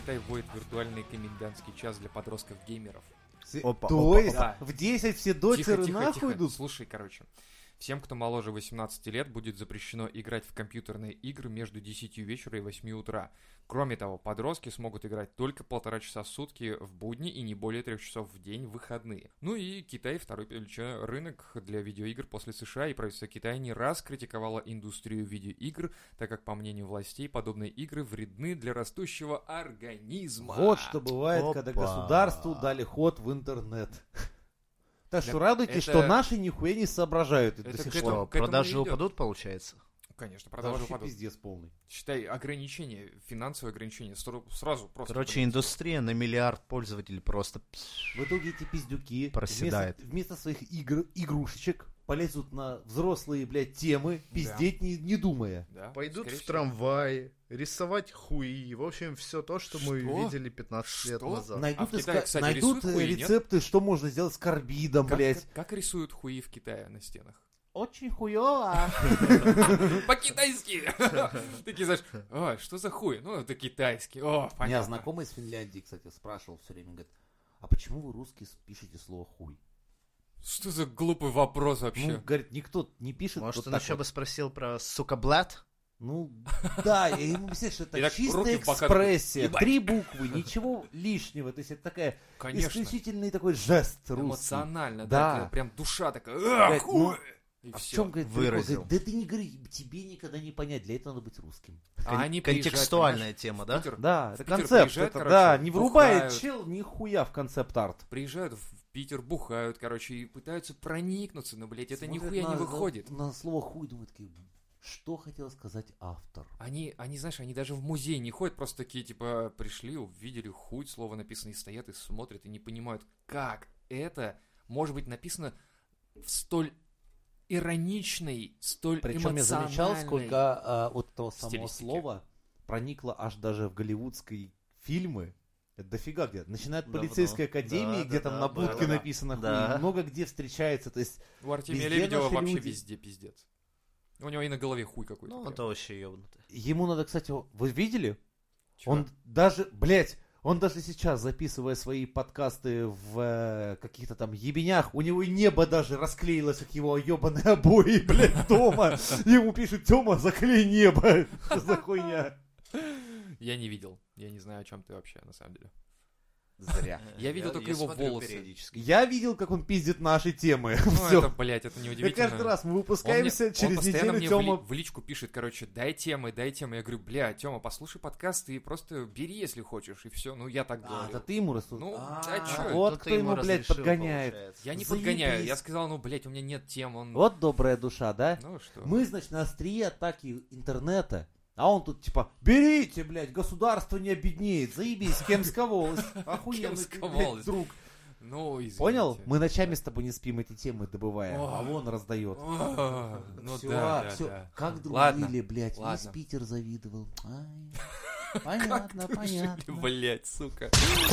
Китай вводит виртуальный комендантский час для подростков-геймеров. То есть Да. в 10 все дочеры нахуй идут? Слушай, короче. Всем, кто моложе 18 лет, будет запрещено играть в компьютерные игры между 10 вечера и 8 утра. Кроме того, подростки смогут играть только 1,5 часа в сутки в будни и не более 3 часов в день в выходные. Ну и Китай второй по величине рынок для видеоигр после США, и правительство Китая не раз критиковало индустрию видеоигр, так как, по мнению властей, подобные игры вредны для растущего организма. Вот что бывает, когда государству дали ход в интернет. Так что радуйтесь, что наши нихуя не соображают. Что, продажи упадут, получается? Конечно, продажи упадут. Пиздец полный. Считай, ограничения, финансовые ограничения, сразу просто... Короче, индустрия на миллиард пользователей просто... В итоге эти пиздюки проседает. Вместо своих игрушечек полезут на взрослые, блядь, темы, пиздеть не думая. Да, пойдут в трамвае, рисовать хуи. В общем, все то, что мы видели 15 лет назад. Найдут, Китае, кстати, найдут хуи, рецепты, нет? Что можно сделать с карбидом, блядь. Как рисуют хуи в Китае на стенах? Очень хуёво. По-китайски. Такие, знаешь, что за хуй? Ну, это китайский. О, понятно. Меня знакомый из Финляндии, кстати, спрашивал все время, говорит, а почему вы русские пишете слово хуй? Что за глупый вопрос вообще? Ну, говорит, никто не пишет. Может, он еще бы спросил про сукаблат? Ну, да, я ему объясняю, что это чистая экспрессия, 3 буквы, ничего лишнего, то есть это такая исключительный такой жест русский. Эмоционально, да, прям душа такая, хуй! И а все. в чем, говорит, выразил? Да ты не говори, тебе никогда не понять, для этого надо быть русским. Контекстуальная тема, да? Да, это концепт, да, не врубает чел нихуя в концепт-арт. Приезжают в Питер, бухают, короче, и пытаются проникнуться, но, блядь, это нихуя не выходит. На слово хуй думают такие... Что хотел сказать автор? Они, знаешь, они даже в музей не ходят, просто такие, типа, пришли, увидели хуй, слово написано, и стоят, и смотрят, и не понимают, как это может быть написано в столь ироничной, столь причем эмоциональной... я замечал, сколько от этого самого слова проникло аж даже в голливудские фильмы. Это дофига где. Начиная от полицейской академии, где там на будке написано хуй, много где встречается, то есть... У Артемия Лебедева вообще везде пиздец. У него и на голове хуй какой-то. Ну, он-то вообще ёбнутый. Ему надо, кстати, вы видели? Чего? Он даже, блядь, он даже сейчас, записывая свои подкасты в каких-то там ебенях, у него небо даже расклеилось, как его ебаные обои, блядь, дома. Ему пишут: Тёма, заклей небо. Что за хуйня? Я не видел. Я не знаю, о чем ты вообще, на самом деле. Зря. Я видел только его волосы. Я видел, как он пиздит наши темы. Ну, это, блядь, это неудивительно. И каждый раз мы выпускаемся, через неделю Тёма... в личку пишет, короче, дай темы. Я говорю, бля, Тёма, послушай подкаст и просто бери, если хочешь, и все. Ну, я так говорю. это ты ему рассудил. Ну, а чё? Вот кто ему, блядь, подгоняет. Я не подгоняю. Я сказал, ну, блядь, у меня нет тем. Вот добрая душа, да? Ну, что? Мы, значит, на острие атаки интернета. А он тут типа: берите, блядь, государство не обеднеет, заебись, Кемская волость, охуенный ты, блядь, друг. Ну, извините. Понял? Мы ночами с тобой не спим, эти темы добываем, а вон раздает. Ну все, да. Как дружили, блядь, весь Питер завидовал. Понятно, понятно. Блядь, сука.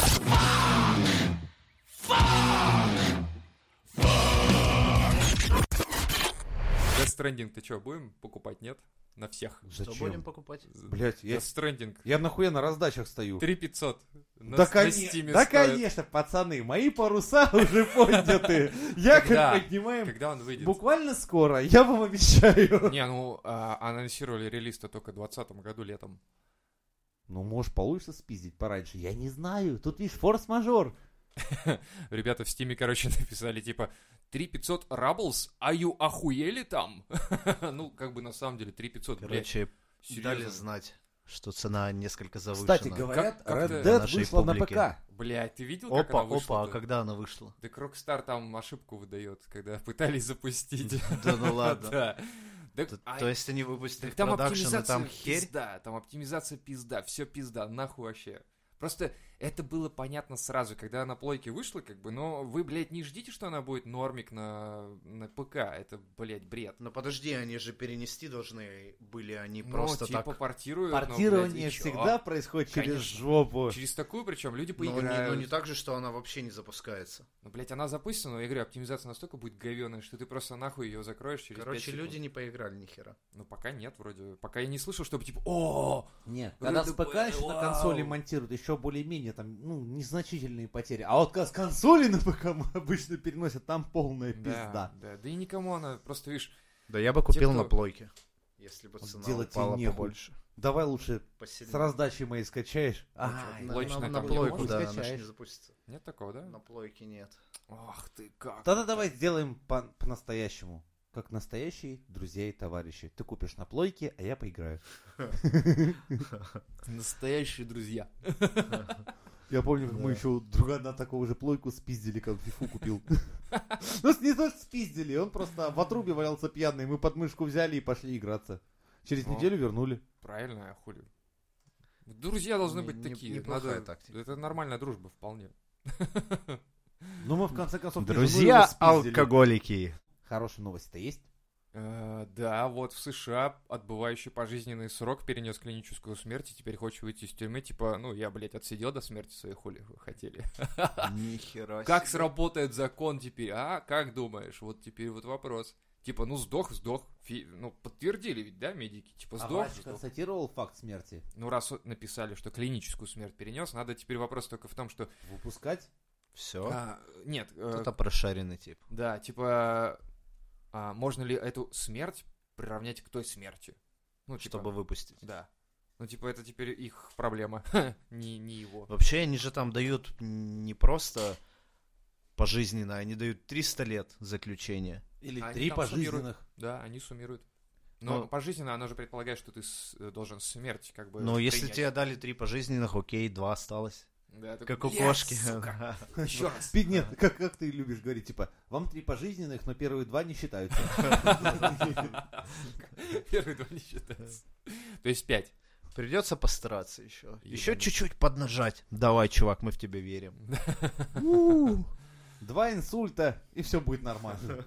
Death Stranding ты что, будем покупать, нет? На всех. Что будем покупать? Блять, Death Stranding. Я нахуя на раздачах стою? 3500. Да, конечно, пацаны, мои паруса уже подняты. Якорь поднимаем. Когда он выйдет? Буквально скоро, я вам обещаю. Не, ну, анонсировали релиз-то только в 2020 году летом. Ну, может, получится спиздить пораньше. Я не знаю. Тут, видишь, форс-мажор. Ребята в Стиме, короче, написали, типа, 3500 Rubbles, а ю охуели там? Ну, как бы, на самом деле, 3500, короче, дали знать, что цена несколько завышена. Кстати, говорят, Red Dead вышла на ПК. Блядь, ты видел, как она вышла? А когда она вышла? Да Rockstar там ошибку выдает, когда пытались запустить. Да ну ладно. Да. То есть они выпустили там продакшн, и там херь? Пизда, там оптимизация пизда, все пизда, нахуй вообще. Просто Это было понятно сразу, когда она плойки вышла, как бы, но вы, блядь, не ждите, что она будет нормик на ПК. Это, блядь, бред. Но подожди, они же перенести должны были, они Ну, просто типа так... портируют. Портирование но, блядь, и чё? всегда происходит через Конечно. жопу. Через такую, причем люди Но поиграют. не так же, что она вообще не запускается. Ну, блядь, она запустится, но я говорю, оптимизация настолько будет говёная, что ты просто нахуй ее закроешь через 5 Короче, секунд. люди не поиграли ни хера. Ну, пока нет, вроде. Пока я не слышал, чтобы типа, о, Нет, когда с ПК еще на консоли вау. монтируют, еще более-менее там, незначительные потери. А вот когда с консоли на ПК обычно переносят, там полная пизда. Да и никому она, просто, видишь, Да я бы купил кто- на плойке, если бы Вот цена делать тебе упала нехуй. побольше. Давай лучше с Посильнее. раздачей моей скачаешь. чё, Ай, блочная на там плойку, можешь, да, она скачаешь. же не запустится. нет такого, да? На плойке нет. Ах ты как. Тогда давай сделаем по-настоящему. Как настоящие друзья и товарищи. Ты купишь на плойке, а я поиграю. Настоящие друзья. Я помню, как мы еще у другана такого же плойку спиздили, как фифу купил. Ну, не то, что спиздили, он просто в отрубе валялся пьяный. Мы подмышку взяли и пошли играться. Через О. неделю вернули. Правильно, а хули. Друзья должны быть такие. Неплохая Надо- тактика. Это нормальная дружба вполне. Ну, мы в конце концов... жену Друзья его спиздили. алкоголики. Хорошая новость-то есть? Да, вот в США отбывающий пожизненный срок перенес клиническую смерть и теперь хочет выйти из тюрьмы. Типа, ну, я, блядь, отсидел до смерти своей хули, вы хотели. Нихера Как себе. сработает закон теперь, а? Как думаешь? Вот теперь вот вопрос. Типа, ну, сдох. Ну, подтвердили ведь, да, медики? Типа, А сдох. врач констатировал факт смерти? Ну, раз написали, что клиническую смерть перенес, надо теперь вопрос только в том, что... Выпускать? Все? Нет, Это прошаренный тип. да, типа, можно ли эту смерть приравнять к той смерти? Ну, типа, Чтобы выпустить. да. Ну, типа, это теперь их проблема, не его. Вообще, они же там дают не просто пожизненно, они дают 300 лет заключения. Или Они 3 там пожизненных? Да, они суммируют. Но Ну, пожизненно, оно же предполагает, что ты должен смерть как бы Но если принять. тебе дали 3 пожизненных, окей, 2 осталось. Да, такой, Как у «Yes, кошки. сука, еще раз. Нет, как ты любишь говорить, типа, вам 3 пожизненных, но первые 2 не считаются. Первые 2 не считаются. То есть 5. Придется постараться еще. Еще Ебаный. чуть-чуть поднажать. Давай, чувак, мы в тебя верим. 2 инсульта, и все будет нормально.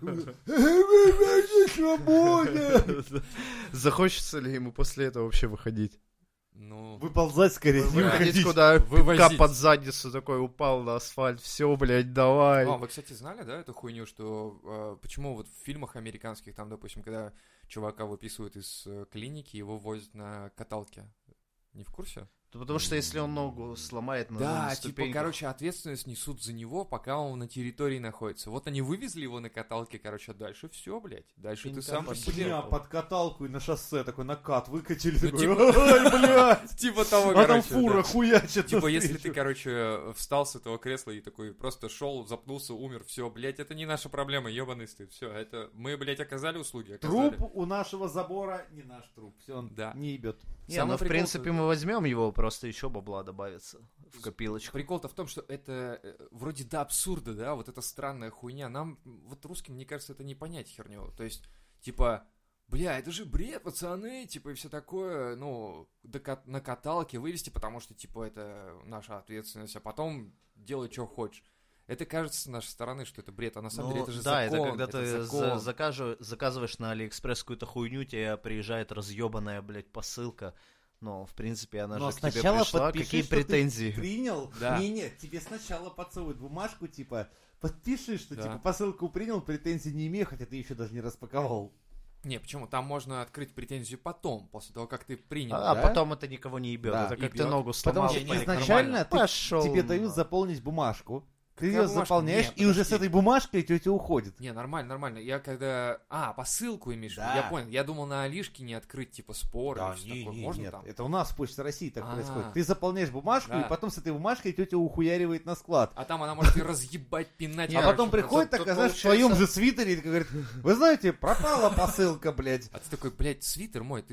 Захочется ли ему после этого вообще выходить? Ну, Выползать скорее, не Выходить выходить. куда? Вывозить. Пинка под задницу такой упал на асфальт. Все, блядь, давай. вы, кстати, знали, да, эту хуйню, что почему вот в фильмах американских, там, допустим, когда чувака выписывают из клиники, его возят на каталке? Не в курсе? Да потому что если он ногу сломает на Да, ступеньках... типа, короче, ответственность несут за него, пока он на территории находится. Вот они вывезли его на каталке, короче, а дальше все, блядь. Дальше ты Пинка сам по под себе. Меня под каталку и на шоссе такой накат выкатили. Ну, такой, типа- ой, блядь. Типа того, А там короче. фура да. хуячит. Типа, если ты, навстречу. короче, встал с этого кресла и такой просто шел, запнулся, умер, все, блядь, это не наша проблема, ебаный стыд. Все, это мы, блядь, оказали услуги, оказали. Труп у нашего забора не наш труп. Все, он Да. не ебет. Не, Самый ну, в прикол, принципе, что- мы возьмем его, просто еще бабла добавится в копилочку. Прикол-то в том, что это вроде до абсурда, да, вот эта странная хуйня. Нам, вот русским, мне кажется, это не понять херню. То есть, типа, бля, это же бред, пацаны, типа, и все такое, ну, на каталке вывести, потому что, типа, это наша ответственность, а потом делай, что хочешь. Это кажется с нашей стороны, что это бред, а на самом деле это же да, закон. это когда ты закон. заказываешь на Алиэкспресс какую-то хуйню, тебе приезжает разъебанная, блядь, посылка. Но, в принципе, она Но же к тебе сначала пришла. подпиши, Какие что ты претензии? принял? Да. Не, тебе сначала подсовывают бумажку, типа, подпиши, что, Да. типа, посылку принял, претензий не имею, хотя ты еще даже не распаковал. Не, почему? Там можно открыть претензию потом, после того, как ты принял. А Да? потом это никого не ебет. Да. Это как Ебет. ты ногу Потому сломал. что не, не, изначально Пошел. тебе дают заполнить бумажку. Ты Какая ее бумажка? заполняешь, Нет, и уже с подожди. этой бумажкой тетя уходит. Не, нормально. Я когда... посылку имеешь в виду? Да. Я понял. Я думал на Алишке не открыть, типа, споры. или что такое. Можно нет, там? это у нас в Почте России так А. происходит. Ты заполняешь бумажку, Да. и потом с этой бумажкой тетя ухуяривает на склад. А там она может и разъебать, пинать. Не, А короче. потом приходит тут такая, знаешь, в получается- своем же свитере и такая говорит, вы знаете, пропала посылка, блядь. А ты такой, блядь, свитер мой, ты так...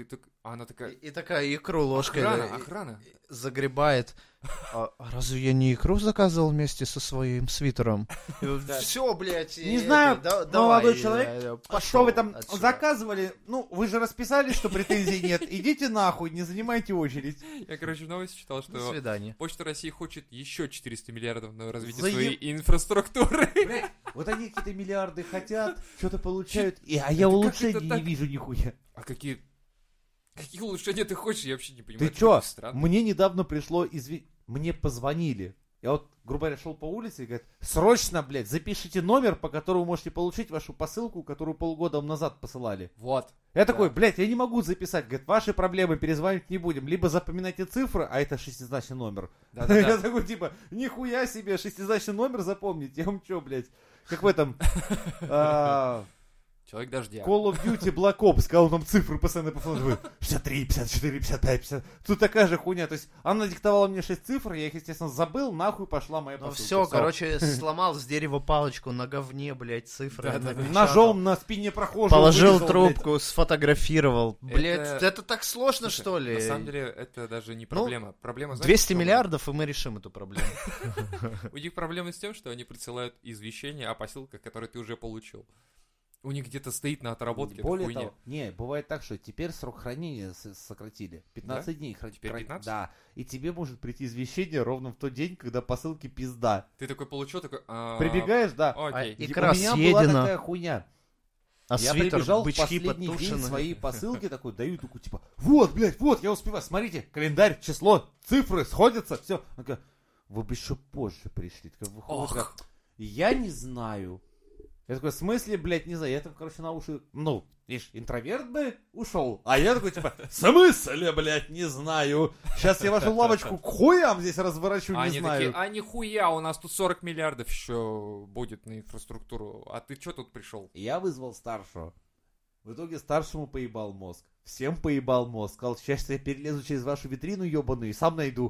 А она такая... И такая икру ложкой Охрана. загребает. А разве я не икру заказывал вместе со своим свитером? Все, блядь. Не знаю, молодой человек, что вы там заказывали? Ну, вы же расписались, что претензий нет. Идите нахуй, не занимайте очередь. Я, короче, в новости читал, До что свидания. Почта России хочет еще 400 миллиардов на развитие Заеб- своей инфраструктуры. Блядь, вот они какие-то миллиарды хотят, что-то получают, а я Это как улучшений это так? не вижу нихуя. А какие улучшения ты хочешь? Я вообще не понимаю. Ты это чё? так странно. Мне недавно пришло Мне позвонили. Я вот, грубо говоря, шел по улице и говорят, срочно, блядь, запишите номер, по которому можете получить вашу посылку, которую полгода вам назад посылали. Вот. Я такой, блядь, я не могу записать. Говорит, ваши проблемы, перезванивать не будем. Либо запоминайте цифры, а это шестизначный номер. Да-да-да. Я такой, типа, нихуя себе, шестизначный номер запомнить. Я вам чё, блядь, как в этом... Человек дождя. Call of Duty Black Ops, сказал нам цифры постоянно повторяю. 53, 54, 55, 50. Тут такая же хуйня. То есть она диктовала мне 6 цифр, я их, естественно, забыл, нахуй пошла моя Ну посылка. все, короче, сломал с дерева палочку на говне, блядь, цифры. напечатал. Ножом на спине прохожего Положил вырезал, трубку, сфотографировал. Блядь, Это- это так сложно, Слушай, что ли? На самом деле, это даже не Ну, проблема. Проблема, знаете, 200 в чем? миллиардов, и мы решим эту проблему. У них проблема с тем, что они присылают извещения о посылках, которые ты уже получил. У них где-то стоит на отработке эта Более хуйня. того, не, бывает так, что теперь срок хранения сократили. 15 Да? дней хранить. Теперь 15? Да. И тебе может прийти извещение ровно в тот день, когда посылки пизда. Ты такой получил, такой... Прибегаешь, да. Окей. И У икра меня была съедена. такая хуйня. А Я свитер, прибежал в бычки последний день подтушены. свои посылки, такой даю, такой, типа, вот, блядь, вот, я успеваю, смотрите, календарь, число, цифры сходятся, все. Она такая, вы бы еще позже пришли. Такая, выходит, такая, я не знаю. Я такой, в смысле, блядь, не знаю. Я там, короче, на уши, ну, видишь, интроверт бы ушел. А я такой, типа, в смысле, блядь, не знаю. Сейчас я вашу лавочку к хуям здесь разворачу, не Они знаю. такие, нихуя, у нас тут 40 миллиардов еще будет на инфраструктуру. А ты что тут пришел? Я вызвал старшего. В итоге старшему поебал мозг. Всем поебал мозг. Сказал, сейчас я перелезу через вашу витрину ебаную и сам найду.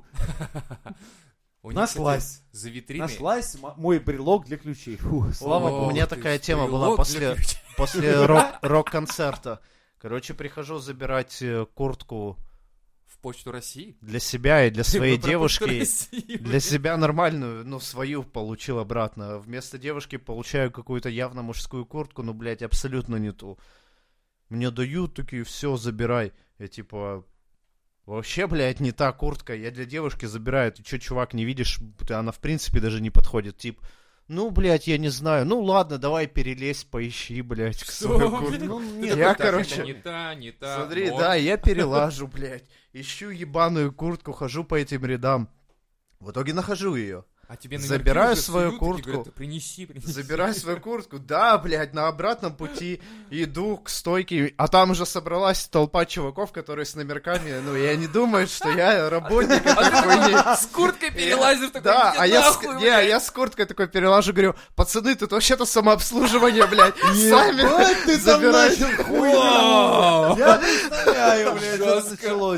У них, Нашлась. кстати, за витриной... Нашлась мой брелок для ключей. Фу, слава О, богу. у меня ты, такая тема была брелок для ключей. после рок-концерта. Короче, прихожу забирать куртку В Почту России? для себя и для своей Вы про Почту девушки. России, Для себя нормальную, ну, свою получил обратно. Вместо девушки получаю какую-то явно мужскую куртку, ну, блядь, абсолютно не ту. Мне дают такие, все, забирай. Я типа, вообще, блядь, не та куртка. Я для девушки забираю. Ты что, чувак, не видишь? Она, в принципе, даже не подходит. Тип, ну, блядь, я не знаю. Ну, ладно, давай перелезь, поищи, блядь, к свою куртку. Ну, Ты нет, такой, я, так, короче, это не та. Смотри, вот. да, я перелажу, блядь. Ищу ебаную куртку, хожу по этим рядам. В итоге нахожу ее. А тебе на Забираю мерке уже свою суют, такие куртку. говорят, принеси. Забираю свою куртку. Да, блядь, на обратном пути иду к стойке. А там уже собралась толпа чуваков, которые с номерками. Ну, я не думаю, что я работник этой хуйни. С курткой перелазишь такой, Да, иди а я нахуй, блядь. я с курткой такой перелажу, говорю, пацаны, тут вообще-то самообслуживание, блядь. Сами Ебать, ты там забирайте. начал хуйню. Я представляю, блядь, что Жестко. началось.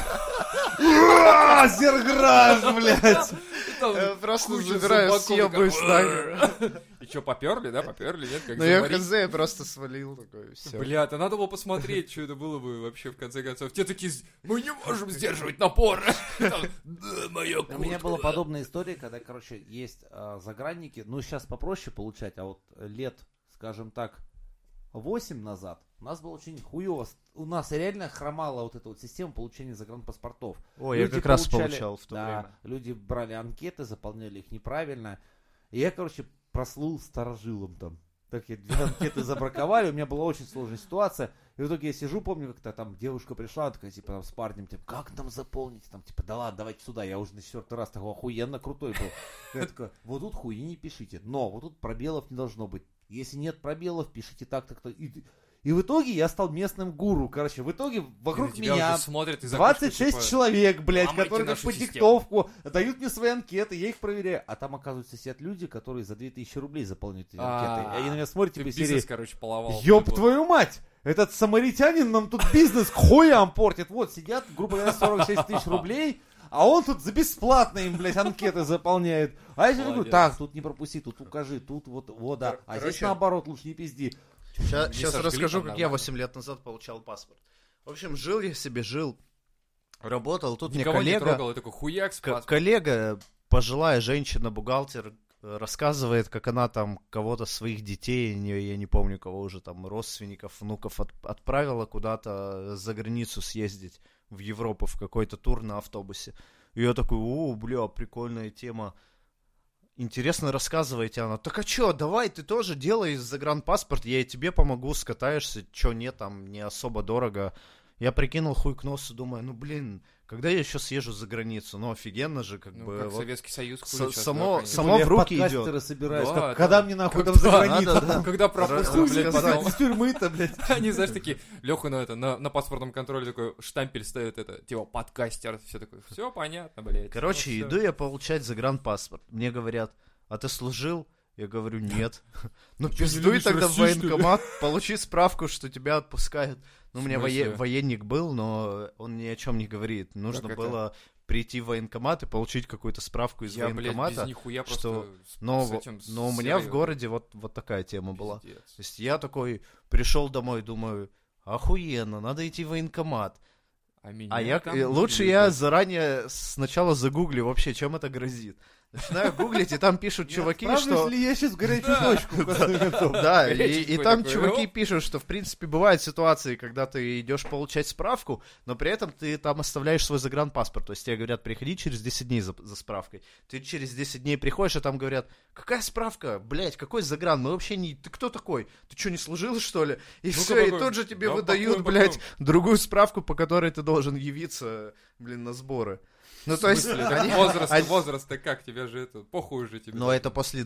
Зерграж, блядь. Я просто Куча забираю, зубаков, съебаюсь такая, нахуй. И что, поперли, да? Поперли, нет? Как Ну, я заварить? хз, я просто свалил такой, все. Бля, то надо было посмотреть, что это было бы вообще в конце концов. Те такие, мы не можем сдерживать напор. Там, да, моя У меня куртка. была подобная история, когда, короче, есть загранники, ну, сейчас попроще получать, а вот лет, скажем так, 8 назад у нас было очень хуево. У нас реально хромала вот эта вот система получения загранпаспортов. Ой, я Люди как раз получали- получал в то да, время. люди брали анкеты, заполняли их неправильно. И я, короче, прослыл старожилом там. Так я 2 анкеты забраковали, у меня была очень сложная ситуация. И в итоге я сижу, помню, как-то там девушка пришла, такая, типа, там, с парнем, типа, как нам заполнить? Там, типа, да ладно, давайте сюда. Я уже на 4-й раз такой охуенно крутой был. Я такой, вот тут хуйни не пишите, но вот тут пробелов не должно быть. Если нет пробелов, пишите так-то. И в итоге я стал местным гуру. Короче, в итоге вокруг И на тебя меня уже смотрят из окошка, 26 типа, человек, блядь, ломайте которые как нашу по систему. диктовку дают мне свои анкеты, я их проверяю. А там, оказывается, сидят люди, которые за 2000 рублей заполняют эти анкеты. И они на меня смотрят, Ты типа, из бизнес, серии, короче, половал. ёб Вот. твою мать! Этот самаритянин нам тут бизнес к хуям портит. Вот, сидят, грубо говоря, 46 тысяч рублей, а он тут за бесплатно им, блядь, анкеты заполняет. А я говорю, Молодец. так, тут не пропусти, тут укажи, тут вот, да. А здесь Короче, наоборот, лучше не пизди. Сейчас сожгли расскажу, там как я нормально. 8 лет назад получал паспорт. В общем, жил я себе, работал. Тут Никого мне не коллега... трогал, и такой хуяк, Коллега, пожилая женщина-бухгалтер, рассказывает, как она там кого-то своих детей, я не помню кого уже, там родственников, внуков отправила куда-то за границу съездить в Европу в какой-то тур на автобусе. И я такой, бля, прикольная тема. Интересно рассказываете. Она, так а чё, давай ты тоже делай загранпаспорт, я и тебе помогу, скатаешься, чё нет, там не особо дорого. Я прикинул хуй к носу, думаю, когда я еще съезжу за границу? Офигенно же, как бы. Как вот Советский Союз хуй сейчас, само Я в руки подкастеры идет. собираюсь. Да, Когда да. мне нахуй там Когда за границу? надо, да. Когда пропустят, Хуй блядь, сказать. потом. Из тюрьмы-то, блядь. Они, знаешь, такие, Леху на паспортном контроле такой штампель ставит, типа, подкастер, все такое, все понятно, блядь. Короче, Ну, всё. иду я получать загранпаспорт. Мне говорят, а ты служил? Я говорю, нет. Пиздуй любишь тогда в Россию, что ли? военкомат, получи справку, что тебя отпускают. У меня смысле? военник был, но он ни о чем не говорит. Нужно Как это? было прийти в военкомат и получить какую-то справку из Я, блядь, военкомата. без нихуя что- просто Но с этим у меня в серию. городе вот такая тема была. Пиздец. То есть я такой пришел домой, думаю, охуенно, надо идти в военкомат. Меня там Лучше не я любят. заранее сначала загуглю вообще, чем это грозит. Начинаю гуглить, и там пишут чуваки, Отправлюсь что... ли я сейчас в горячую Да. точку, в конце концов? Да, Горячий и такой там такой, чуваки оп. пишут, что в принципе бывают ситуации, когда ты идешь получать справку, но при этом ты там оставляешь свой загранпаспорт. То есть тебе говорят, приходи через 10 дней за справкой. Ты через 10 дней приходишь, а там говорят, какая справка? Блять, какой загран? Мы вообще не... Ты кто такой? Ты что, не служил, что ли? И Ну-ка, все, и какой? тут же тебе Да, выдают, какой, блядь, какой? другую справку, по которой ты должен явиться, на сборы. Ну, то есть... они- Возраст-то как? Тебя же это... Похуй уже тебе. Но это после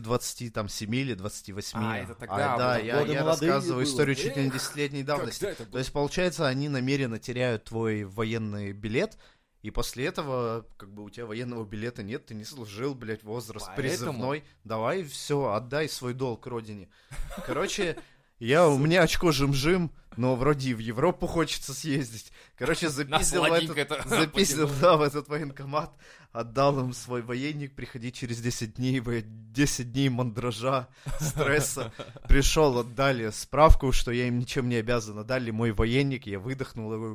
27 или 28. А, это тогда да, было. я Годы молодые рассказываю было. историю чуть ли не 10-летней давности. Когда это То было? есть, получается, они намеренно теряют твой военный билет, и после этого, как бы, у тебя военного билета нет, ты не служил, блядь, возраст Поэтому? призывной. Давай, все, отдай свой долг родине. Короче, у меня очко жим-жим, но вроде и в Европу хочется съездить. Короче, запиздил сладенькое-то в этот военкомат, отдал им свой военник, приходи через 10 дней, 10 дней мандража, стресса. Пришел, отдали справку, что я им ничем не обязан, отдали мой военник, я выдохнул, и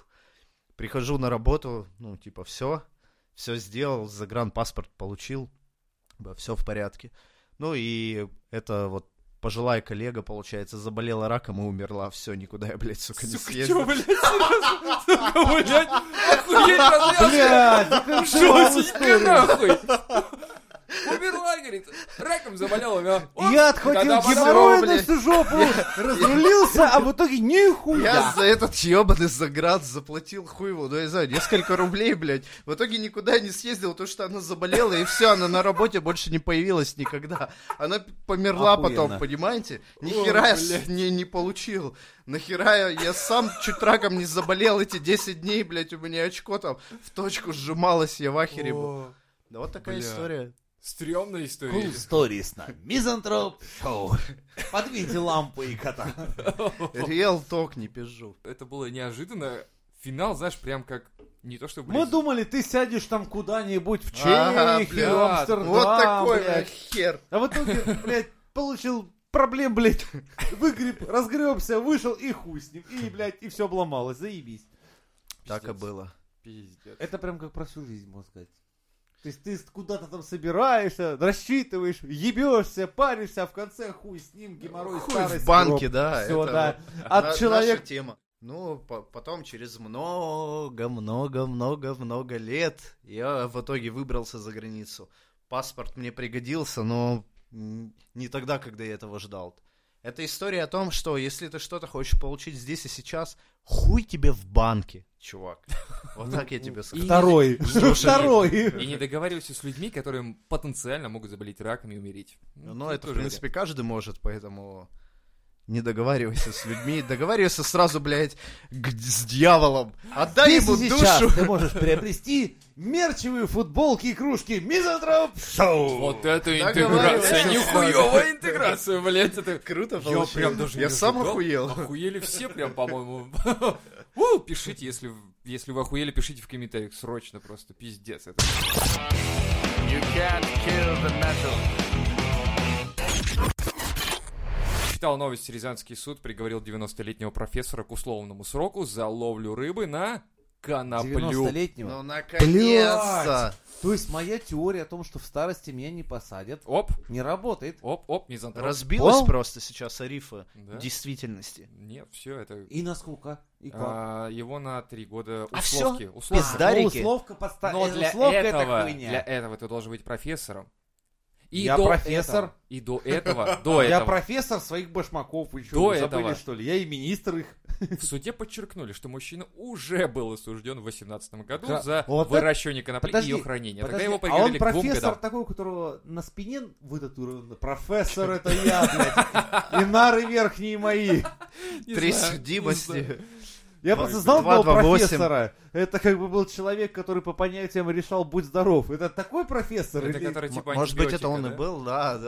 прихожу на работу, все сделал, загранпаспорт получил, все в порядке. Ну и это вот пожилая коллега, получается, заболела раком и умерла. Все, никуда я, блядь, сука, не съездил. Чё, блядь, серьезно? Сука, блядь, охуеть развязка. Блядь, ну как Жёстенько, нахуй. Умерла, говорит, раком заболела. Я отхватил когда геморрой на блядь. всю жопу, разрулился, а в итоге Я нихуя. за этот ебаный заград заплатил хуеву, я знаю, несколько рублей, блядь. В итоге никуда не съездил, потому что она заболела, и все, она на работе больше не появилась никогда. Она померла Охуенно. потом, понимаете? Нихера я блядь. не получил. Нахера я сам чуть раком не заболел эти 10 дней, блядь, у меня очко там в точку сжималось, я в ахере был. О, Да вот такая бля. история. Стрёмная история. Cool stories на Мизантроп Шоу. Подвиньте лампу и кота. Реал ток, не пизжу. Это было неожиданно. Финал, знаешь, прям как... Не то, что... Мы думали, ты сядешь там куда-нибудь в А, Чехию, блядь, в Амстердам, Вот такой, блядь. блядь, хер. А в итоге, блядь, получил проблем, блядь, выгреб, разгребся, вышел и хуй с ним. И, блядь, и все обломалось, заебись. Так и Пиздец. было. Пиздец. Это прям как про всю жизнь, можно сказать. То есть ты куда-то там собираешься, рассчитываешь, ебешься, паришься, а в конце хуй с ним, геморрой, Хуй старость, в банке, гроб. да. Всё, это да. вот От наша человека... тема. Ну, потом через много лет я в итоге выбрался за границу. Паспорт мне пригодился, но не тогда, когда я этого ждал. Это история о том, что если ты что-то хочешь получить здесь и сейчас, хуй тебе в банке, чувак. Вот так я тебе скажу. Второй. Слушай, Второй. И не договаривайся с людьми, которые потенциально могут заболеть раком и умереть. Ну, тут это, в тоже принципе, каждый может, поэтому не договаривайся с людьми. Договаривайся сразу, блядь, с дьяволом. Отдай Здесь ему и сейчас душу. ты можешь приобрести мерчевые футболки и кружки Мизантроп Шоу. Вот это Договаривайся интеграция, с нихуевая интеграция, блядь, это... Круто Я получилось. прям даже Я не сам ожидал. охуел. Охуели все прям, по-моему. Пишите, если вы охуели, пишите в комментариях срочно просто, пиздец это. Читал новость, Рязанский суд приговорил 90-летнего профессора к условному сроку за ловлю рыбы на коноплю. 90-летнего. Ну, наконец-то! То есть моя теория о том, что в старости меня не посадят, Оп, не работает. оп, мизантроп. Разбилась Понял? просто сейчас арифа Да. действительности. Нет, все это... И на сколько? И как? Его на 3 года А условки. всё? Условки. Пиздарики. Условка Но для условка это этого, хуйня. для этого ты должен быть профессором. И Я до профессор. этого- и до этого, Я этого профессор своих башмаков, вы что, До вы забыли, этого. что ли? Я и министр их. в суде подчеркнули, что мужчина уже был осужден в 2018 году Да. за Вот это- выращивание конопли и Подожди, ее хранение. Тогда Подожди, его а он приговорили к 2 профессор годам. такой, у которого на спине вытатуировано «Профессор, это я, блядь, и нары верхние мои». Не Три знаю, не судимости. знаю. Я просто знал 2, того 2, 8. профессора. Это как бы был человек, который по понятиям решал «будь здоров». Это такой профессор? Это или- который типа Может быть, это антибиотика, он да? и был,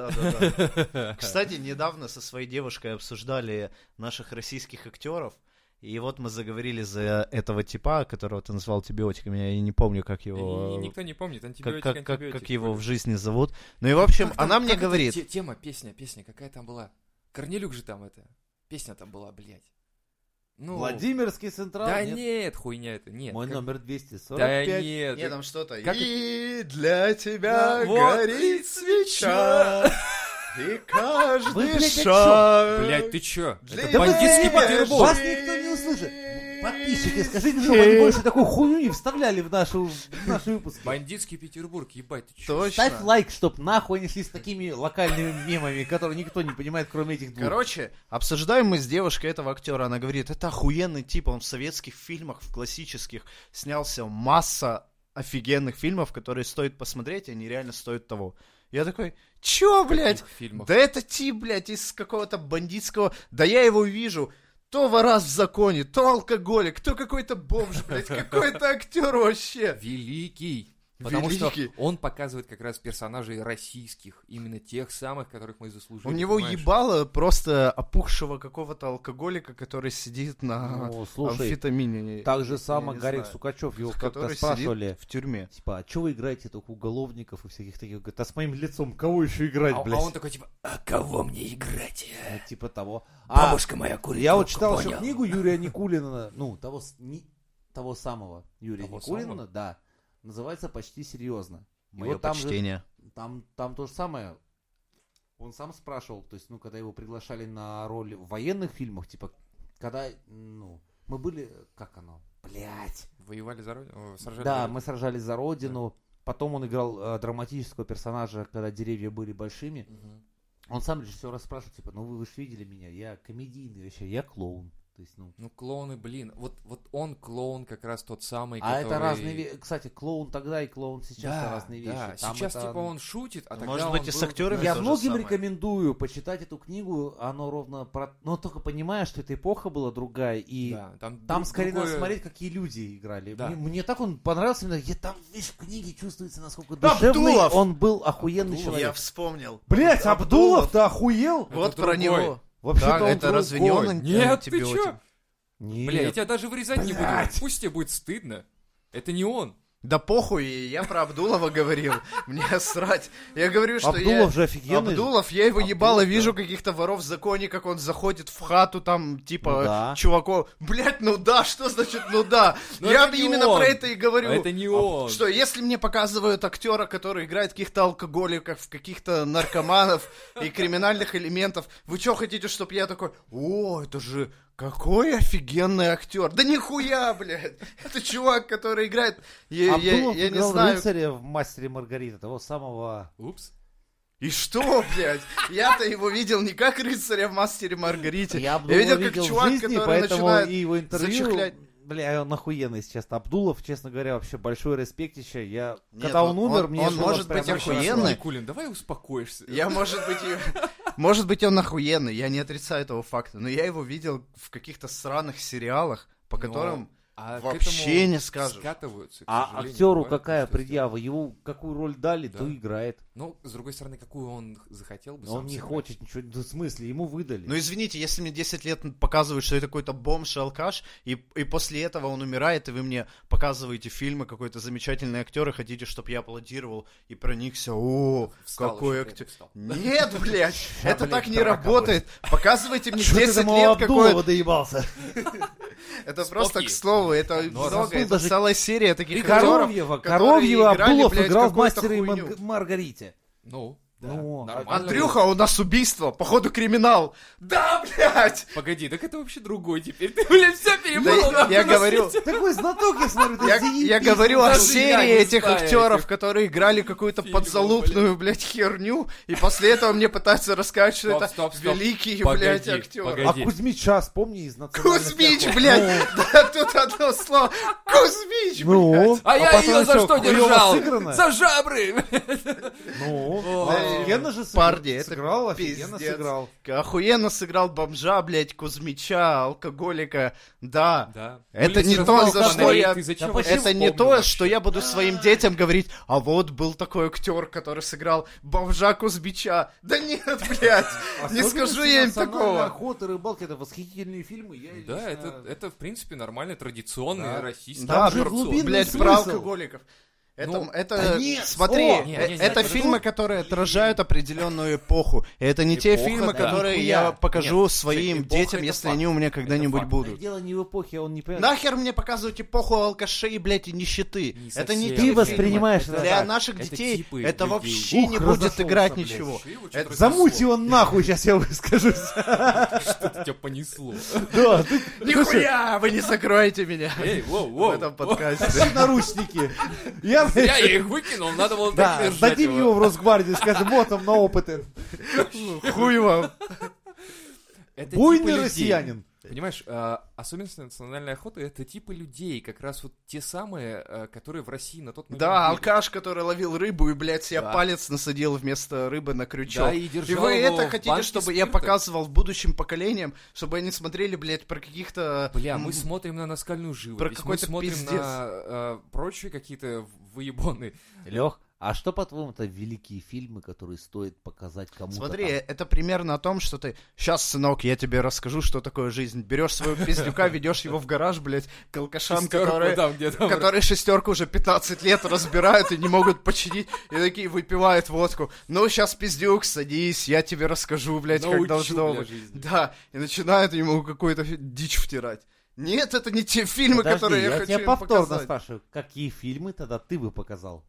да. Кстати, недавно со своей девушкой обсуждали наших российских актеров, и вот мы заговорили за этого типа, которого ты назвал антибиотиками, я не помню, как И его... никто не помнит, антибиотик, Как антибиотик. его в жизни зовут. Ну и, в общем, Как там- она мне как это говорит... Тема, песня, какая там была? Корнелюк же там это. Песня там была, блядь. Ну, Владимирский Централ? да Нет? нет, хуйня это, нет. Мой как- номер Да 245. нет. Нет, там что-то. Как И для тебя Вот. горит свеча, и каждый Вы, блядь, о шаг. Блядь, ты чё? Для Это бандитский меня Петербург. Вас никто не услышит. Подписчики, скажите, чтобы они больше такую хуйню не вставляли в наши выпуски. Бандитский Петербург, ебать, ты чё? Точно. Ставь лайк, чтоб нахуй они шли с такими локальными мемами, которые никто не понимает, кроме этих двух. Короче, обсуждаем мы с девушкой этого актера. Она говорит, это охуенный тип, он в советских фильмах, в классических снялся масса офигенных фильмов, которые стоит посмотреть, и они реально стоят того. Я такой, чё, блядь? Каких фильмов? Да это тип, блядь, из какого-то бандитского... Да я его вижу. То ворас в законе, то алкоголик, то какой-то бомж, блядь, какой-то актер вообще. Великий. Потому Великий. что он показывает как раз персонажей российских, именно тех самых, которых мы заслужили. У него понимаешь? ебало просто опухшего какого-то алкоголика, который сидит на Ну, слушай, амфетамине. так же Я само не Гарик знаю. Сукачев, его как-то Который спрашивали, сидит в тюрьме. типа, а что вы играете только уголовников и всяких таких? Говорит, а с моим лицом кого еще играть, А блядь? он такой типа, а кого мне играть? Ну, типа того. Бабушка моя курит. Я вот трубку, читал еще понял? книгу Юрия Никулина, ну, того самого Юрия Того Никулина, самого? да. Называется «Почти серьезно». И Мое вот там же- почтение. Там то же самое. Он сам спрашивал, то есть, ну, когда его приглашали на роль в военных фильмах, типа, когда, ну, мы были, как оно, блять. Воевали за родину? Сражались Да, за мы сражались за родину. Потом он играл драматического персонажа, когда деревья были большими. Мгм. Он сам режиссера спрашивает, типа, ну вы же видели меня, я комедийный вообще, я клоун. То есть, ну. Ну, клоуны, блин, вот он клоун как раз тот самый, А который... это разные вещи. Кстати, клоун тогда и клоун сейчас Да, это разные вещи. да. Там Сейчас, это- типа, он шутит, а тогда Может он быть, и с был, актерами знаешь, Я то же многим самое. рекомендую почитать эту книгу, оно ровно про... Но только понимая, что эта эпоха была другая, и да, там, там скорее надо другое- смотреть, какие люди играли. Да. Мне так он понравился, именно, там, видишь, в книге чувствуется, насколько Да, душевный Абдулов! он был, охуенный Абдулов. Я человек. вспомнил. Блять, Абдулов. Абдулов, ты охуел? Это Вот про другой. него. Вообще-то Да, он это разве не другой. он Нет, ты антибиотик? чё? Нет. Бля, я тебя даже вырезать не буду. Блядь. Пусть тебе будет стыдно. Это не он. Да похуй, я про Абдулова говорил. Мне срать. Я говорю, что Абдулов же офигенный. Абдулов, я его ебало Абдулов, вижу да. каких-то воров в законе, как он заходит в хату там, типа, Ну да. чуваков. Блять, ну да, что значит ну да? Но Я это не именно он. про это и говорю. Это не он. Что, если мне показывают актера, который играет каких-то алкоголиков, каких-то наркоманов и криминальных элементов, вы что хотите, чтобы я такой, о, это же какой офигенный актер. Да нихуя, блядь. Это чувак, который играет, я Абдулов не играл знаю. рыцаря в «Мастере и Маргарита», того самого... Упс. И что, блядь? Я-то его видел не как рыцаря в «Мастере и Маргарите». Я Абдулова видел как видел чувак, в жизни, который поэтому начинает и его интервью... зачехлять. Бля, он охуенный, если честно. Абдулов, честно говоря, вообще большой респектище. Нет, Когда он умер, он мне было может прям быть очень охуенный. Никулин, давай успокоишься. Я, может быть, он охуенный, я не отрицаю этого факта, но я его видел в каких-то сраных сериалах, по Но- которым А к Вообще этому не скажешь. скатываются, к А сожалению, актеру бывает какая такое, что предъява? Ему какую роль дали, Да. то играет. Ну, с другой стороны, какую он захотел бы Он сам не сыграть. хочет ничего. Да, в смысле, ему выдали. Ну извините, если мне 10 лет показывают, что это какой-то бомж и алкаш, и после этого он умирает, и вы мне показываете фильмы, какой-то замечательный актер, и хотите, чтобы я аплодировал и проникся. О, Встал какой еще, актер. встал. Нет, блядь, это блядь, так не драка работает. Показывайте мне Чё ты 10 там у лет Абдулова какой. доебался? Это просто Споки. к слову, это Но много, Абдул это даже- целая серия таких И актеров. Коровьева. которые Коровьева играли, Абдулов блядь, играл в какую-то «Мастере и хуйню. Маргарите. Ну, да, Ну, нормально. Андрюха, у нас убийство, походу криминал. Да, блядь! Погоди, так это вообще другой теперь. Ты, блин, все перепутал. Да, я нахуй на говорю, свете. Такой знаток, я смотрю, ты Я заебись. говорю о даже серии я не этих знаю актеров, этих которые играли какую-то фильмов, подзалупную, блядь, херню, и после этого мне пытаются рассказать, что это Стоп. великие, Погоди, блядь, актеры. погоди. А Кузьмича вспомни из национальной Кузьмич, охоты. блядь! Да, тут одно слово. Кузьмич, Ну, блядь! А я потом ее за что, что хуёво держал? сыграно? За жабры! Ну, Да, офигенно же парни, это сыграл, офигенно пиздец. сыграл. Охуенно сыграл бомжа, блядь, Кузьмича, алкоголика. Да. Да. Это Блин, не ты то, сказал, за что фонарик, я... ты зачем Да вообще Это не вспомнил то, вообще? что я буду своим детям говорить, а вот был такой актер, который сыграл бомжа Кузьмича. Да нет, блядь, не Особенности скажу я им национальной такого. охоты, рыбалки — это восхитительные фильмы. Я Да, лично- это в принципе нормальный, традиционный Да. российский Да, же атракцион. глубинный блядь, смысл. про алкоголиков. Это, Ну, да нет, смотри, о! это подожди. фильмы, которые отражают определенную эпоху. И это не те Эпоха, фильмы, да. которые Нихуя. я покажу Нет, своим эпоха детям, это если факт. они у меня когда-нибудь факт. будут. Дело не в эпохе, он не понимает. Нахер мне показывать эпоху алкашей, блядь, и нищеты? Не Это не совсем. те Ты фильмы. воспринимаешь это Для так. наших Это детей типы это людей. вообще не Ух, будет разошелся, играть блядь. ничего. Вообще его Это что-то Замуть разнесло. его нахуй, сейчас я выскажусь. Что-то тебя понесло. Да, ты Нихуя, вы не закроете меня Эй, в воу. этом подкасте. тащи наручники. Я, Я их выкинул, надо было так да, держать сдадим его. его в Росгвардию, скажем, вот он на опыты. Хуй вам. Это типы Буйный людей. россиянин. Понимаешь, особенность национальной охоты — это типы людей, как раз вот те самые, которые в России на тот момент Да, были. алкаш, который ловил рыбу и, блядь, себе Да. палец насадил вместо рыбы на крючок. Да, и держал вы его это в хотите, банке чтобы я спирта? показывал будущим поколениям, чтобы они смотрели, блядь, про каких-то... Бля, мы смотрим на наскальную живопись, мы какой-то смотрим пиздец. на прочие какие-то выебоны. Лех, а что, по-твоему, это великие фильмы, которые стоит показать кому-то? Смотри, там? это примерно о том, что ты... Сейчас, сынок, я тебе расскажу, что такое жизнь. Берешь своего пиздюка, ведешь его в гараж, блядь, к алкашам, Шестерку которые... там, где там. Которые шестерку уже 15 лет разбирают и не могут починить, и такие выпивают водку. Ну, сейчас, пиздюк, садись, я тебе расскажу, блядь, как Научу, должно бля, быть. жизни. Да, и начинают ему какую-то дичь втирать. Нет, это не те фильмы, Подожди, которые я хочу тебя им повторно показать. спрашиваю, какие фильмы тогда ты бы показал?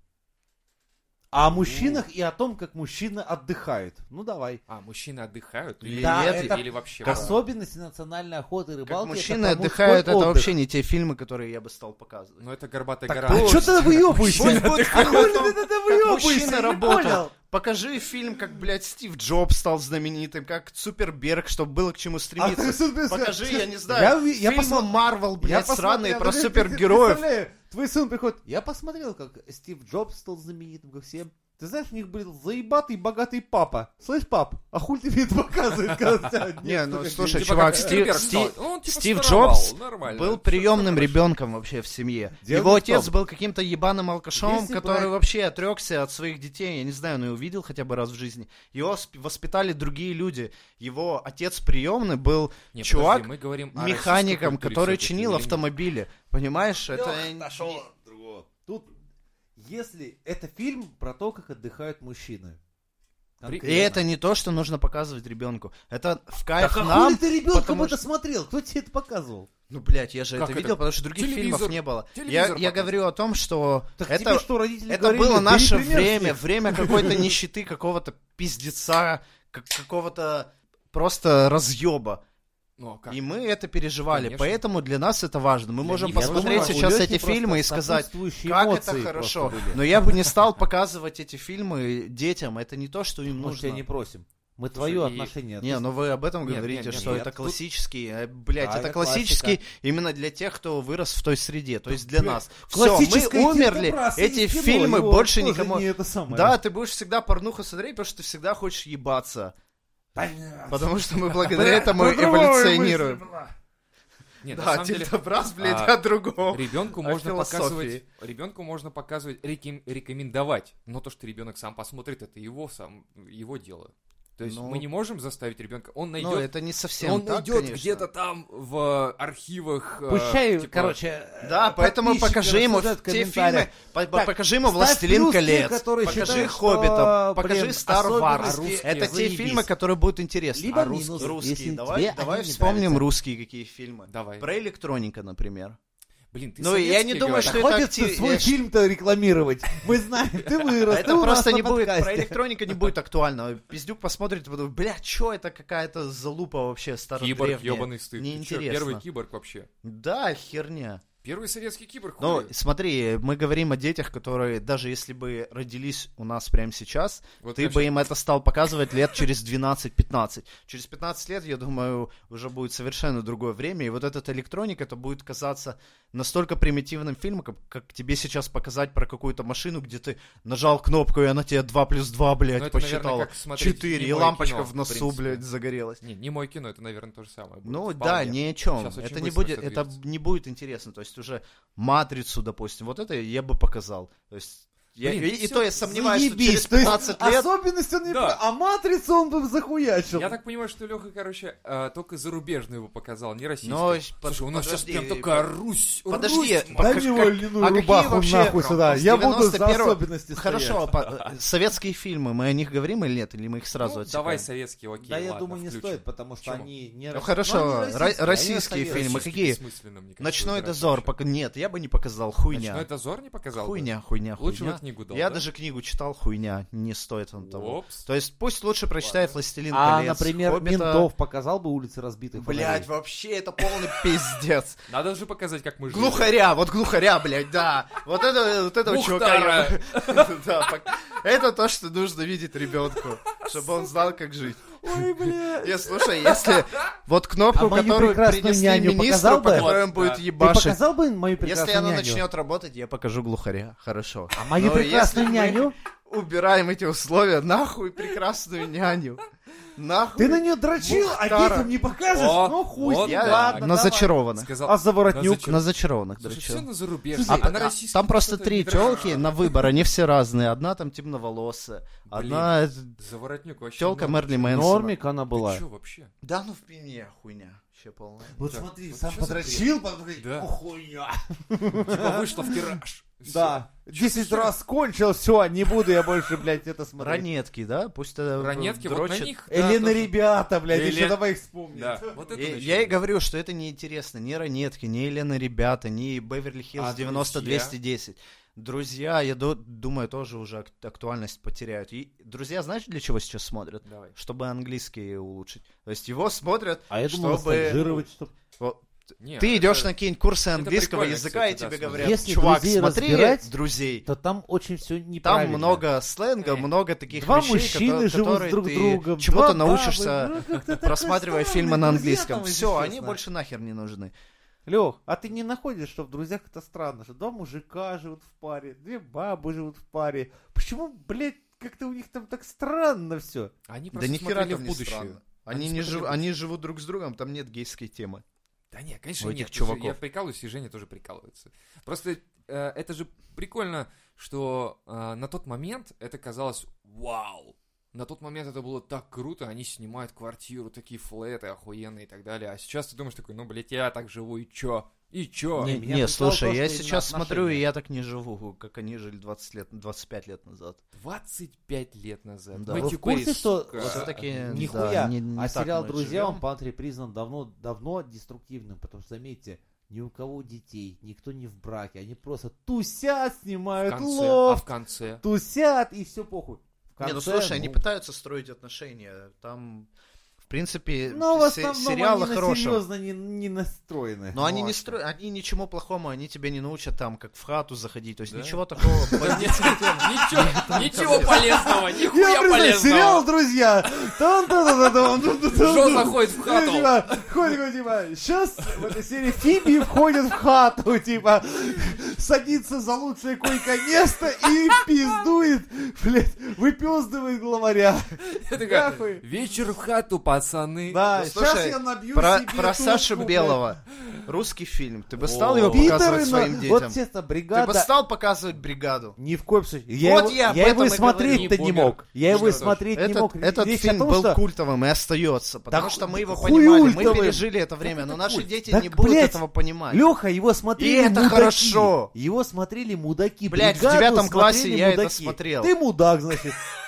О мужчинах и о том, как мужчины отдыхают. Ну, давай. А, мужчины отдыхают? Или Да, нет, это или вообще? особенности национальной охоты и Как рыбалки. мужчины это про отдыхают, это мужской вообще отдых. не те фильмы, которые я бы стал показывать. Ну это горбатая Так гора. вот. А что ты выебываешься? Пусть будет А фильм о хули том, ты это как выебываешься? мужчина Не работал. понял. Покажи фильм, как, блядь, Стив Джобс стал знаменитым, как Цукерберг, чтобы было к чему стремиться. Покажи, я не знаю, я фильмы посмотрел- Марвел, блядь, Я сраные посмотрел, про ты супергероев. представляешь, твой сын приходит. Я посмотрел, как Стив Джобс стал знаменитым, как всем. Ты знаешь, у них был заебатый богатый папа. Слышь, пап, а хуй ты мне это показывает, когда тебя нет Не, ну, столько слушай, денег? чувак, как Стив- Спилберг Стив- стал. Ну, он типа Стив старовал, Джобс нормально. был Всё приемным хорошо. ребенком вообще в семье. Дело Его не в отец том. был каким-то ебаным алкашом, Если который брать- вообще отрекся от своих детей. Я не знаю, но его видел хотя бы раз в жизни. Его воспитали другие люди. Его отец приемный был Не, чувак подожди, мы говорим о механиком, российской культуре который всё-таки, чинил или нет? автомобили. Понимаешь, это... Лёх, нашел другого. Тут, если это фильм про то, как отдыхают мужчины. И Конкретно. это не то, что нужно показывать ребенку. Это в кайф Так а нам. хули ты ребенком потому это что- смотрел? Кто тебе это показывал? Ну, блядь, я же Как это это? видел, потому что других Телевизор. фильмов не было. Телевизор Я показывал. говорю о том, что Так это, тебе что, родители это говорили? было Бери наше пример с время, них. время какой-то нищеты, какого-то пиздеца, какого-то просто разъеба. Ну, а как? И мы это переживали, Конечно. поэтому для нас это важно. Мы Для можем них это посмотреть важно. сейчас У Лёхи эти просто фильмы и сказать, сопутствующие как эмоции это хорошо. просто были. Но я бы не стал показывать эти фильмы детям, это не то, что им Мы ж тебя нужно. не просим. Мы Слушай, твое и- отношение. Не, ну вы об этом Нет, говорите, нет, что нет, это тут- классический, блядь, Да, это это классический классика. именно для тех, кто вырос в той среде, то есть для Блядь, нас. Все, мы классическое умерли, Тинто-Брас эти из кино, фильмы его больше тоже никому... не это самое. Да, ты будешь всегда порнуху смотреть, потому что ты всегда хочешь ебаться. Понятно. Потому что мы благодаря Бля, этому по-другому эволюционируем. мысли была. Нет, на Да, самом деле, Тильдобраз, блядь, а, о другом. ребенку О можно философии. показывать, рекомендовать. Но то, что ребенок сам посмотрит, это его дело. То есть Ну, мы не можем заставить ребенка. Он Ну, найдет, это не совсем он так, найдет конечно. где-то там в архивах. Пущай, типа, короче, Да, поэтому подписчики покажи ему рассуждают в те фильмы, комментариях. Так, покажи ему ставь «Властелин плюс те, колец», которые покажи считают, что, «Хоббита», блин, покажи «Star Wars». особенности Это те заебись. фильмы, которые будут интересны. Либо А минус, русские, если давай тебе они не вспомним нравятся. русские какие фильмы. Давай. Про электроника, например. Блин, ты Ну, я не советские думаю, говоришь. что это Хватит актив- свой я- фильм-то рекламировать. Мы знаем, ты вырос, ты Это у нас просто на не будет, подкасте. про электроника не будет актуально. Пиздюк посмотрит и подумает, бля, чё это какая-то залупа вообще Киборг, стародревняя. ебаный стыд. Ты чё, Неинтересно. первый киборг вообще. Да, херня. Первый советский киборг. Ну, хули. смотри, мы говорим о детях, которые, даже если бы родились у нас прямо сейчас, Вот ты я бы щас- им это стал показывать лет через 12-15. Через 15 лет, я думаю, уже будет совершенно другое время, и вот этот электроник, это будет казаться настолько примитивным фильмом, как тебе сейчас показать про какую-то машину, где ты нажал кнопку, и она тебе 2 плюс 2, блядь, Ну, это, наверное, посчитала. как смотреть 4, и немое лампочка кино, в в носу, принципе. блядь, загорелась. Не мой кино, это, наверное, то же самое. будет. Ну Вполне. да, ни о чем. Сейчас очень Это не быстро будет, всё это движется. не будет интересно. То есть уже матрицу, допустим, вот это я бы показал. То есть Блин, и всё то я сомневаюсь, что Заебись, через то есть 15 лет. особенность он не Да. а матрицу он бы захуячил. Я так понимаю, что Леха, короче, только зарубежную его показал, не российскую. Но, Слушай, у нас подожди, сейчас прям такая Русь. подожди, Русь, Дай как- мне как- льняную а какие рубаху вообще нахуй сюда. с Я буду за 91-го особенности Хорошо, стоять. советские фильмы, мы о них говорим или нет? Или мы их сразу Ну, отсекаем? давай советские, окей, Да, я ладно, думаю, не включим. стоит, потому что Почему? они не Ну рас- хорошо, ну, они российские российские, фильмы. Российский какие? бессмысленно, мне кажется, Ночной выбирать дозор. вообще. Нет, я бы не показал. Хуйня. Ночной дозор не показал? бы? Хуйня. Лучше бы книгу дал, Я да? даже книгу читал, хуйня. Не стоит он того. Опс. То есть пусть лучше прочитает Ладно. «Властелин А, колец», например, «Хоббита». ментов показал бы улицы разбитых Блять, фонарей. вообще это полный пиздец. Надо же показать, как мы жили. Глухаря, блядь, да. Вот этого чувака я бы- Да, это то, что нужно видеть ребенку, чтобы он знал, как жить. Ой, бля. Слушай, если вот кнопку, А мою которую прекрасную принесли няню министру, показал по бы? которой он Вот, будет да. Ты ебашить. показал бы мою прекрасную Если она няню? начнет работать, я покажу глухаря. Хорошо. А мою Но прекрасную если мы няню? убираем эти условия, нахуй прекрасную няню. Нахуй. Ты на нее дрочил, а Мухтара. детям не покажешь? О, Ну хуй вот с ним, Я ладно, на давай. зачарованных. Сказал, А за воротнюк? На зачарованных Слушай, дрочил. все на зарубежье. Слушай, А на российском Там просто что-то 3 не дрочишь. телки на выбор, они все разные. Одна там темноволосая, одна Заворотнюк вообще. телка норм. Мерли Мэнсона. Нормик она была. Ты чё вообще? Да ну в пене хуйня. Вообще полная. Вот Да. смотри, Вот сам чё за подрочил, потом Да. о, хуйня. Типа вышло в тираж. Да, 10 раз кончил, все, не буду я больше, блядь, это смотреть. Ранетки, да? Пусть это Ранетки, вот на дрочат. них... да, Элена тоже. ребята, блядь, Эле- еще давай их вспомним. Да, вот это Я начнем. и говорю, что это неинтересно. Ни Ранетки, ни Елена Ребята, ни Беверли-Хиллз А 90-210. Друзья, я думаю, тоже уже актуальность потеряют. И друзья, знаешь, для чего сейчас смотрят? Давай. Чтобы английский улучшить. То есть его смотрят, А я думал, чтобы... стажировать, чтоб... Вот, Не, ты это- идешь на какие-нибудь курсы это английского прикольно, языка, кстати, и тебе да, говорят, Если чувак, друзей смотри разбирать, друзей. то там очень все Там неправильно. много сленга, Э. много таких Два вещей, мужчины живут которые друг ты другом. чему-то два бабы, научишься, ну, как-то такой просматривая странный фильмы на друзья английском. там, Все, если они честно. больше нахер не нужны. Лех, а ты не находишь, что в друзьях это странно, что два мужика живут в паре, две бабы живут в паре. Почему, блядь, как-то у них там так странно все? Они Да просто ни хера смотрели там в не будущее. странно. Они Они, смотрели в они живут друг с другом, там нет гейской темы. Да нет, конечно У этих нет. чуваков. Я прикалываюсь, и Женя тоже прикалывается. Просто это же прикольно, что на тот момент это казалось вау. На тот момент это было так круто, они снимают квартиру, такие флеты охуенные и так далее. А сейчас ты думаешь такой, ну, блядь, я так живу, и чё? И чё? Не, меня Не, прикалывало слушай, то, я что сейчас именно смотрю, и отношения. я так не живу, как они жили 25 лет назад. 25 лет назад. Да. Мы Вы в теперь, курсе, что сука, всё-таки нихуя, да, не а так сериал мы «Друзья», живем. он по Антре признан давно деструктивным, потому что, заметьте, ни у кого детей, никто не в браке, они просто тусят, в снимают конце, лофт, в конце? тусят, и все похуй. В Не, ну конце, слушай, они пытаются строить отношения. Там, в принципе, но в се- основном сериалы они хорошие. серьезно не настроены. Но они Вот. не строят, они ничему плохому, они тебя не научат там, как в хату заходить. То есть Да? ничего такого. Ничего полезного, Я нихуя признаю, сериал полезного. «Друзья». Жо заходит в хату. Ходит, типа, сейчас в этой серии Фиби входит в хату, типа, садится за лучшее койко-место и пиздует, блядь, выпездывает главаря. Нахуй. Вечер в хату, пацаны. Да, Ну, сейчас слушай, я набью Про себе Сашу трубку, Белого. Русский фильм. Ты бы О. стал его блядь. показывать Пидоры, своим вот, детям? честно, Ты бы бригада... стал показывать «Бригаду»? Ни в коем случае. Вот я об его этом и и смотреть-то говорю. не мог. Я его и Что ж, смотреть не мог. Этот Речь о фильм том, был что- культовым и остается, потому Да что мы его хуй понимали, мы ультовый. пережили это время, но наши дети Так, не будут блядь, этого понимать. Леха, его смотрели И это мудаки. хорошо. Его смотрели мудаки. Блядь, в Бригаду 9 классе смотрели я это мудаки. смотрел. Ты мудак, значит.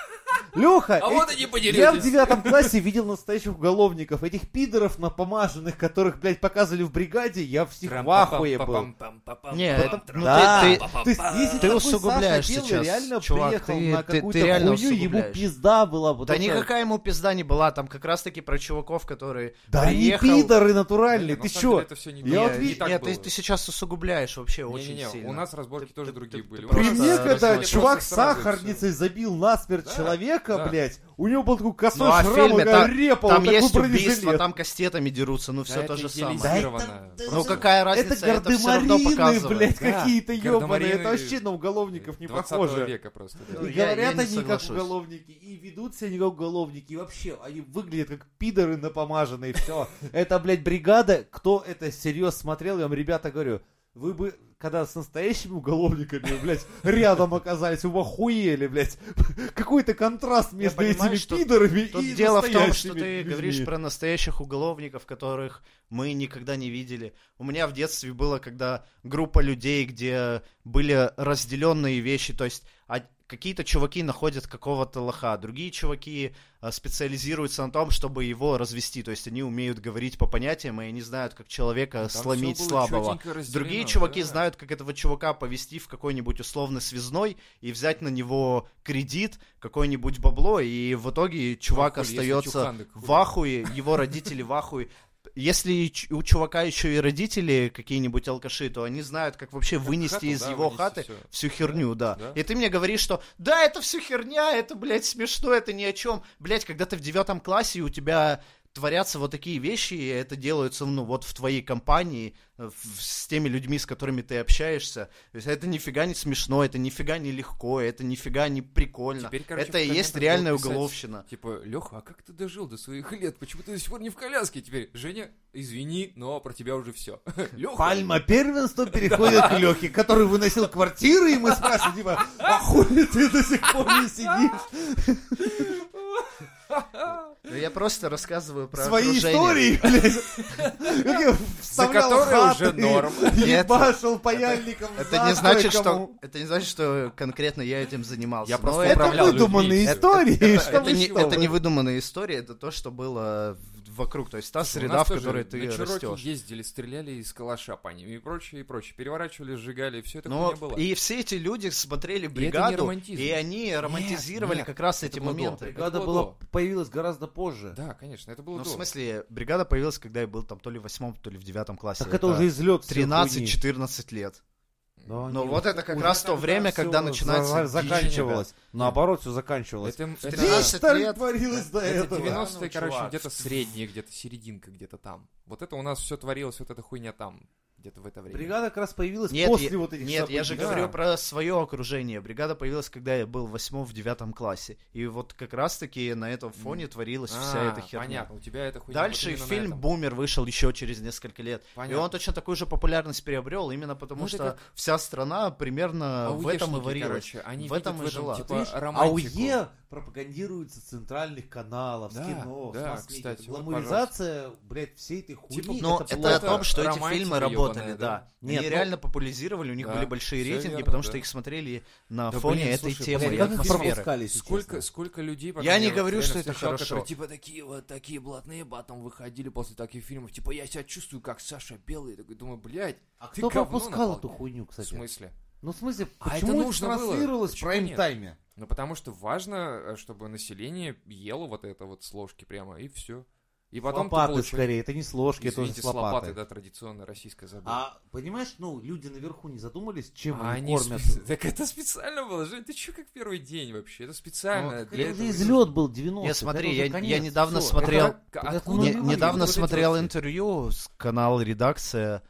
Леха, А вот они поделились. я в 9 классе видел настоящих уголовников. Этих пидоров напомаженных, которых, блядь, показывали в бригаде, я всех в ахуе был. Не, это- ну Да. ты- То есть, если ты такой усугубляешь Саша Белый сейчас, реально чувак, приехал ты- на ты какую-то реально хуйню, ему усугубляешь. пизда была. Да потому что- никакая ему пизда не была, там как раз таки про чуваков, которые Да они приехал... пидоры натуральные, На ты самом чё? деле это всё не Я так. вот Не ви- так Нет, было. ты сейчас усугубляешь вообще очень Не-не-не, сильно. у нас разборки тоже ты- другие ты- были. ты У При нас мне, просто когда рассказали чувак просто сразу и сахарницей всё. забил насмерть Да, человека, да. блядь, у него был такой косой Ну а в шрам, фильме он репал, там такой есть бронежилет. убийство, там кастетами дерутся, ну все Да, то это же самое. идеализировано. Да это- Ну какая разница, Это это все равно гардемарины, показывает. блядь, Да, какие-то ебаные. гардемарины Это вообще на уголовников не 20 похоже. века просто. да. Ну, И я говорят не они как соглашусь. уголовники, и ведут себя не как уголовники, и вообще, они выглядят как пидоры напомаженные, все. Это, блядь, бригада, кто это всерьез смотрел, я вам, ребята, говорю, вы бы, когда с настоящими уголовниками, блядь, рядом оказались, вы бы охуели, блядь. Какой-то контраст между понимаю, этими что пидорами Тут и дело в том, что настоящими ты людьми. говоришь про настоящих уголовников, которых мы никогда не видели. У меня в детстве было, когда группа людей, где были разделенные вещи, то есть какие-то чуваки находят какого-то лоха, другие чуваки специализируются на том, чтобы его развести, то есть они умеют говорить по понятиям, и они знают, как человека Там сломить всё было слабого. чётенько разделено, Другие чуваки да. знают, как этого чувака повести в какой-нибудь условно связной и взять на него кредит, какое-нибудь бабло, и в итоге чувак Ахуй, если остается чухан, так в ахуе, его родители в ахуе. Если у чувака еще и родители какие-нибудь алкаши, то они знают, как вообще вынести хату, из да, его вынести хаты всё. всю херню, да. Да. И ты мне говоришь, что да, это все херня, это, блядь, смешно, это ни о чем. Блядь, когда ты в 9 классе, и у тебя творятся вот такие вещи, и это делается, ну, вот в твоей компании, с теми людьми, с которыми ты общаешься. То есть это нифига не смешно, это нифига не легко, это нифига не прикольно. Теперь, короче, это в и есть комментах реальная будут писать, уголовщина. Типа, Леха, а как ты дожил до своих лет? Почему ты до сих пор не в коляске? Теперь, Женя, извини, но про тебя уже все. Леха. Пальма первенства переходит к Лехе, который выносил квартиры, и мы спрашиваем, типа, а хули ты до сих пор не сидишь? Я просто рассказываю про Свои окружение. истории, блядь. Как я вставлял которые хаты, уже норм. ебашил паяльником Это за не значит, кое-кому. что это не значит, что конкретно я этим занимался. Я Но просто это управлял выдуманные людьми. истории, Это- что это вы не, что, это вы? не выдуманная история, это то, что было вокруг. То есть та Слушай, у среда, нас в тоже которой ты на Чироки растешь. ездили, стреляли из калаша по ним и прочее, и прочее. Переворачивали, сжигали, все это Но хуйня была. и все эти люди смотрели не бригаду, романтизм. и они романтизировали нет, как раз это эти было до. моменты. Бригада было была, до. появилась гораздо позже. Да, конечно, это было Ну, в до. смысле, бригада появилась, когда я был там то ли в 8, то ли в 9 классе. Так это уже излет всей хуйни. 13-14 лет. Да, Ну не, вот это как уже раз то тогда время, всё когда начинается заканчивалось. Наоборот, все заканчивалось. Это, это, 13 Что лет. творилось до это этого? 90-е, Ну, короче, чувак. где-то средние, где-то серединка, где-то там. Вот это у нас все творилось, вот эта хуйня там, где-то в это время. Бригада как раз появилась Нет, после вот этих нет, я же событий. говорю Да. про свое окружение. Бригада появилась, когда я был в 8-9 классе. И вот как раз-таки на этом фоне творилась вся эта херня. Понятно, у тебя это хуйня. Дальше вот именно на фильм этом. «Бумер» вышел еще через несколько лет. Понятно. И он точно такую же популярность приобрел, именно потому Ну, это что как вся страна примерно в этом и АУЕшники, варилась. короче, они в этом видят и жила. типа, Видишь, романтику. АУЕ пропагандируется с центральных каналов, с Да, кино, да, с масс-медиа. кстати, вот, Гламуризация, блядь, всей этой хуйни. Типа, Но это это плохо. о том, что эти романтика фильмы работали, ёбаная, да. да. Нет, Они ну- реально популяризировали, у них Да, были большие всё рейтинги, верно, потому да. что их смотрели на Да, фоне блин, этой слушай, темы блядь, и Как их атмосферы. пропускали, если честно? Сколько людей... потом Я не вот говорю, реально что это встречал, хорошо. которые, типа, такие блатные батом выходили после таких фильмов. Типа, я себя чувствую, как Саша Белый. Я такой думаю, блядь, А ты кто говно пропускал напал. эту хуйню, В кстати? смысле? Ну, в смысле, А почему это это нужно было? транслировалось в Почему прайм-тайме? Ну, потому что важно, чтобы население ело вот это вот с ложки прямо, и все. И потом Лопаты ты получаешь... скорее, это не с ложки, это уже Извините, с лопаты. да, традиционная российская забава. А, понимаешь, ну, люди наверху не задумались, чем А они кормят. Так это специально было, Жень, ты чё как первый день вообще? Это специально. Ну, для Это уже этого. излет был 90-х. Не, смотри, это уже я конец, недавно всё. смотрел- Это Это откуда не- вы Недавно вот эти смотрел вот- интервью с канала «Редакция»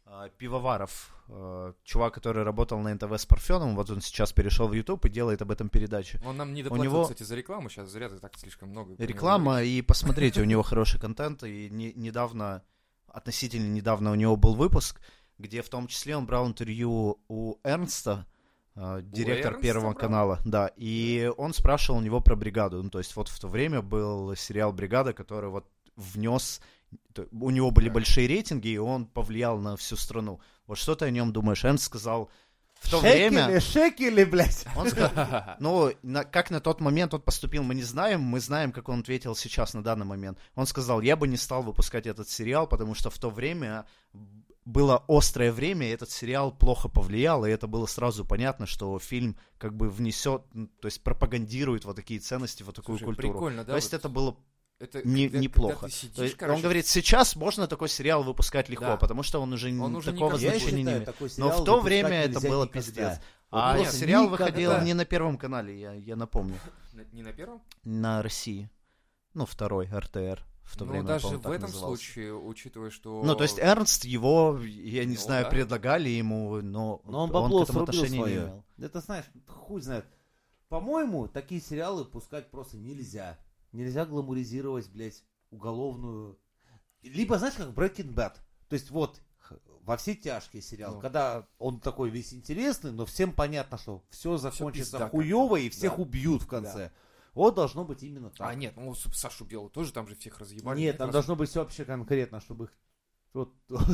Пивоваров, чувак, который работал на НТВ с Парфеном, вот он сейчас перешел в YouTube и делает об этом передачи. Он нам не доплатил, кстати, за рекламу, сейчас зря ты так слишком много. Реклама, и посмотрите, у него хороший контент, и относительно недавно у него был выпуск, где в том числе он брал интервью у Эрнста, директор Первого канала, да, и он спрашивал у него про «Бригаду», ну, то есть вот в то время был сериал «Бригада», который вот внес, у него были большие рейтинги, и он повлиял на всю страну. Вот что ты о нем думаешь? Эрнст сказал, в то время... Шекели, блядь. Он сказал, ну, как на тот момент он поступил, мы не знаем, мы знаем, как он ответил сейчас, на данный момент. Он сказал, я бы не стал выпускать этот сериал, потому что в то время было острое время, и этот сериал плохо повлиял, и это было сразу понятно, что фильм как бы внесет, то есть пропагандирует вот такие ценности, вот такую культуру. Прикольно, да? То есть вот это было Когда неплохо. ты сидишь, То есть, он говорит, сейчас можно такой сериал выпускать легко, Да. потому что он уже такого никак не значения не считаю, имеет. такой Но сериал в то выпускать время это нельзя было никогда. пиздец. Вот А просто сериал никогда. выходил не на Первом канале, я напомню. Не на первом? На России. Ну, второй, РТР. В то время, даже по-моему, в так этом назывался. случае, учитывая, что... Ну, то есть Эрнст его, я не Ну, знаю, да. предлагали ему, но Но он к бабло этому срубил отношения не свое. имел. Это, знаешь, хуй знает. По-моему, такие сериалы пускать просто нельзя. Нельзя гламуризировать, блядь, уголовную... Либо, знаешь, как Breaking Bad. То есть вот, во все тяжкие сериалы, Ну. когда он такой весь интересный, но всем понятно, что все закончится пизда хуево и как-то. всех Да. убьют в конце. Вот должно быть именно так. А, нет, ну Сашу Белую тоже там же всех разъебали. Нет, Как там раз- должно быть все вообще конкретно, чтобы их вот,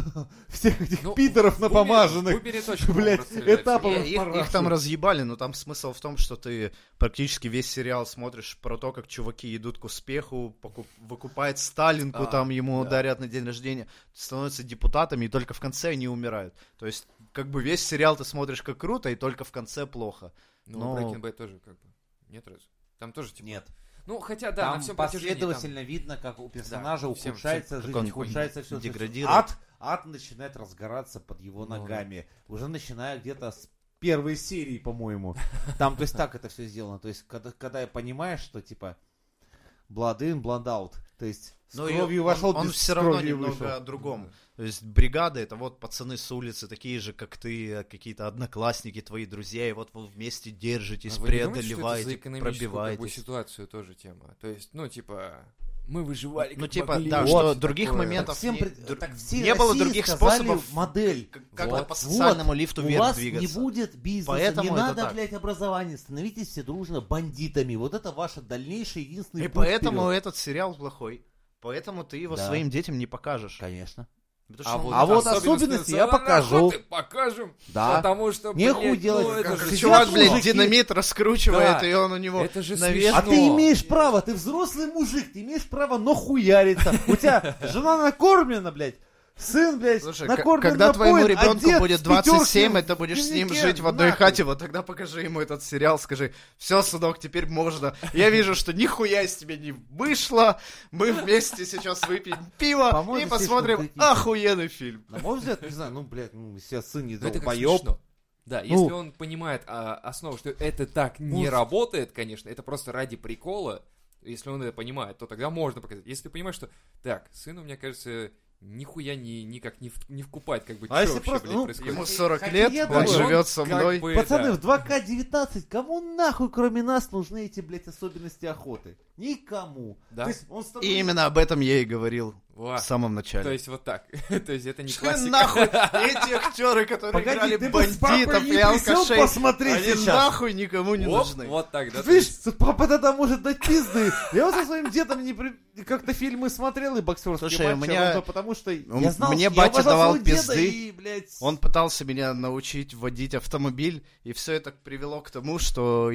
всех этих Ну, пидоров в напомаженных, Убере точно могут блядь, расстрелять. этапов. Их там разъебали, но там смысл в том, что ты практически весь сериал смотришь про то, как чуваки идут к успеху, выкупают Сталинку, там ему да. дарят на день рождения, становятся депутатами, и только в конце они умирают. То есть, как бы весь сериал ты смотришь как круто, и только в конце плохо. Ну, Но- Breaking Bad тоже как бы. Нет разве? Там тоже типа... Нет. Ну, хотя, да, на Там всем протяжении там- последовательно видно, как у персонажа Да, всем- ухудшается как жизнь, он ухудшается все. деградирует. Ад начинает разгораться под его Ну, ногами. Уже начиная где-то с первой серии, по-моему. Там, то есть так это все сделано. То есть, когда понимаешь, что типа blood in, blood out. То есть с Но и кровью вошел, он без все равно кровью немного вышел. о другом. То есть бригада — это вот пацаны с улицы, такие же, как ты, какие-то одноклассники, твои друзья, и вот вы вместе держитесь, А вы не думаете, что это за преодолеваете, экономическую, как бы, пробиваетесь. ситуацию тоже тема? То есть, ну, типа, мы выживали, Ну, как типа, могли. да, Вот что такое. других моментов Так всем не, при- так все не было России других сказали способов модель. как Вот. по социальному лифту У вверх вас двигаться. не будет бизнеса, Поэтому не это надо, так. блядь, образования. Становитесь все дружно бандитами. Вот это ваше дальнейший единственный И путь поэтому вперед. этот сериал плохой. Поэтому ты его Да. своим детям не покажешь. Конечно. Потому что он- А вот особенности я покажу. Покажем. Да. Потому что, Нехуй блядь, делать, ну, это как же сидят чувак, смешно. блядь, мужики. динамит раскручивает, Да. и он у него Это же навешен. А смешно. ты имеешь право, ты взрослый мужик, ты имеешь право нахуяриться. У тебя жена накормлена, блядь. Сын, блядь, Слушай, накормлен, когда твоему напоен, ребенку одет будет с пятеркой 27, это будешь с ним дневнике, жить в одной нахуй. хате, вот тогда покажи ему этот сериал, скажи, все, сынок, теперь можно. Я вижу, что нихуя из тебя не вышло, мы вместе сейчас выпьем пиво По-моему, и посмотрим слишком критично. охуенный фильм. На мой взгляд, не знаю, ну, блядь, ну, если сын не Ну, это как долбоёб. смешно. Да, Ну. если он понимает основу, что это так не Ну, работает, конечно, это просто ради прикола, если он это понимает, то тогда можно показать. Если ты понимаешь, что, так, сыну, мне кажется, нихуя никак не вкупать, как бы, А чё если вообще, просто, блядь, ну, происходит? Ему Хотя 40 я лет, думаю, он живет со как мной. бы, Пацаны, да. в 2К19 кому нахуй, кроме нас, нужны эти, блядь, особенности охоты? Никому. Да. То есть он с тобой... И именно об этом я и говорил Во. в самом То начале. есть вот так. То есть это не Что классика. нахуй эти актеры, которые Погоди, играли ты бы с папой бандитов не и присел алкашей, посмотреть они сейчас? нахуй никому не Оп, нужны. вот так, да? то Видишь, есть- папа тогда может дать пизды. Я вот со своим дедом как-то фильмы смотрел и боксерские Слушай, матчи, у меня- ровно потому что я знал, мне я батя уважал давал своего деда пизды. и, блядь, Он пытался меня научить водить автомобиль, и все это привело к тому, что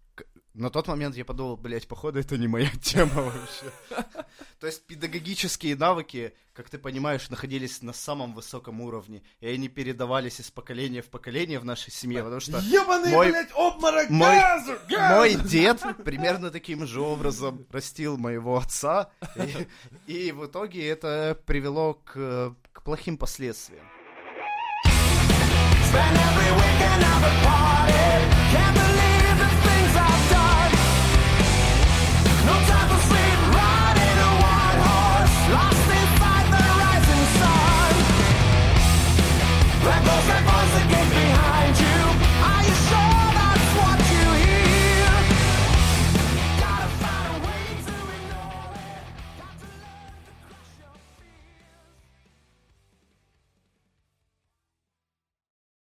на тот момент я подумал, блядь, походу, это не моя тема вообще. То есть педагогические навыки, как ты понимаешь, находились на самом высоком уровне, и они передавались из поколения в поколение в нашей семье, потому что ебаный, мой- блядь, обморок мой- газу, газу! мой дед примерно таким же образом растил моего отца, и в итоге это привело к плохим последствиям. Страна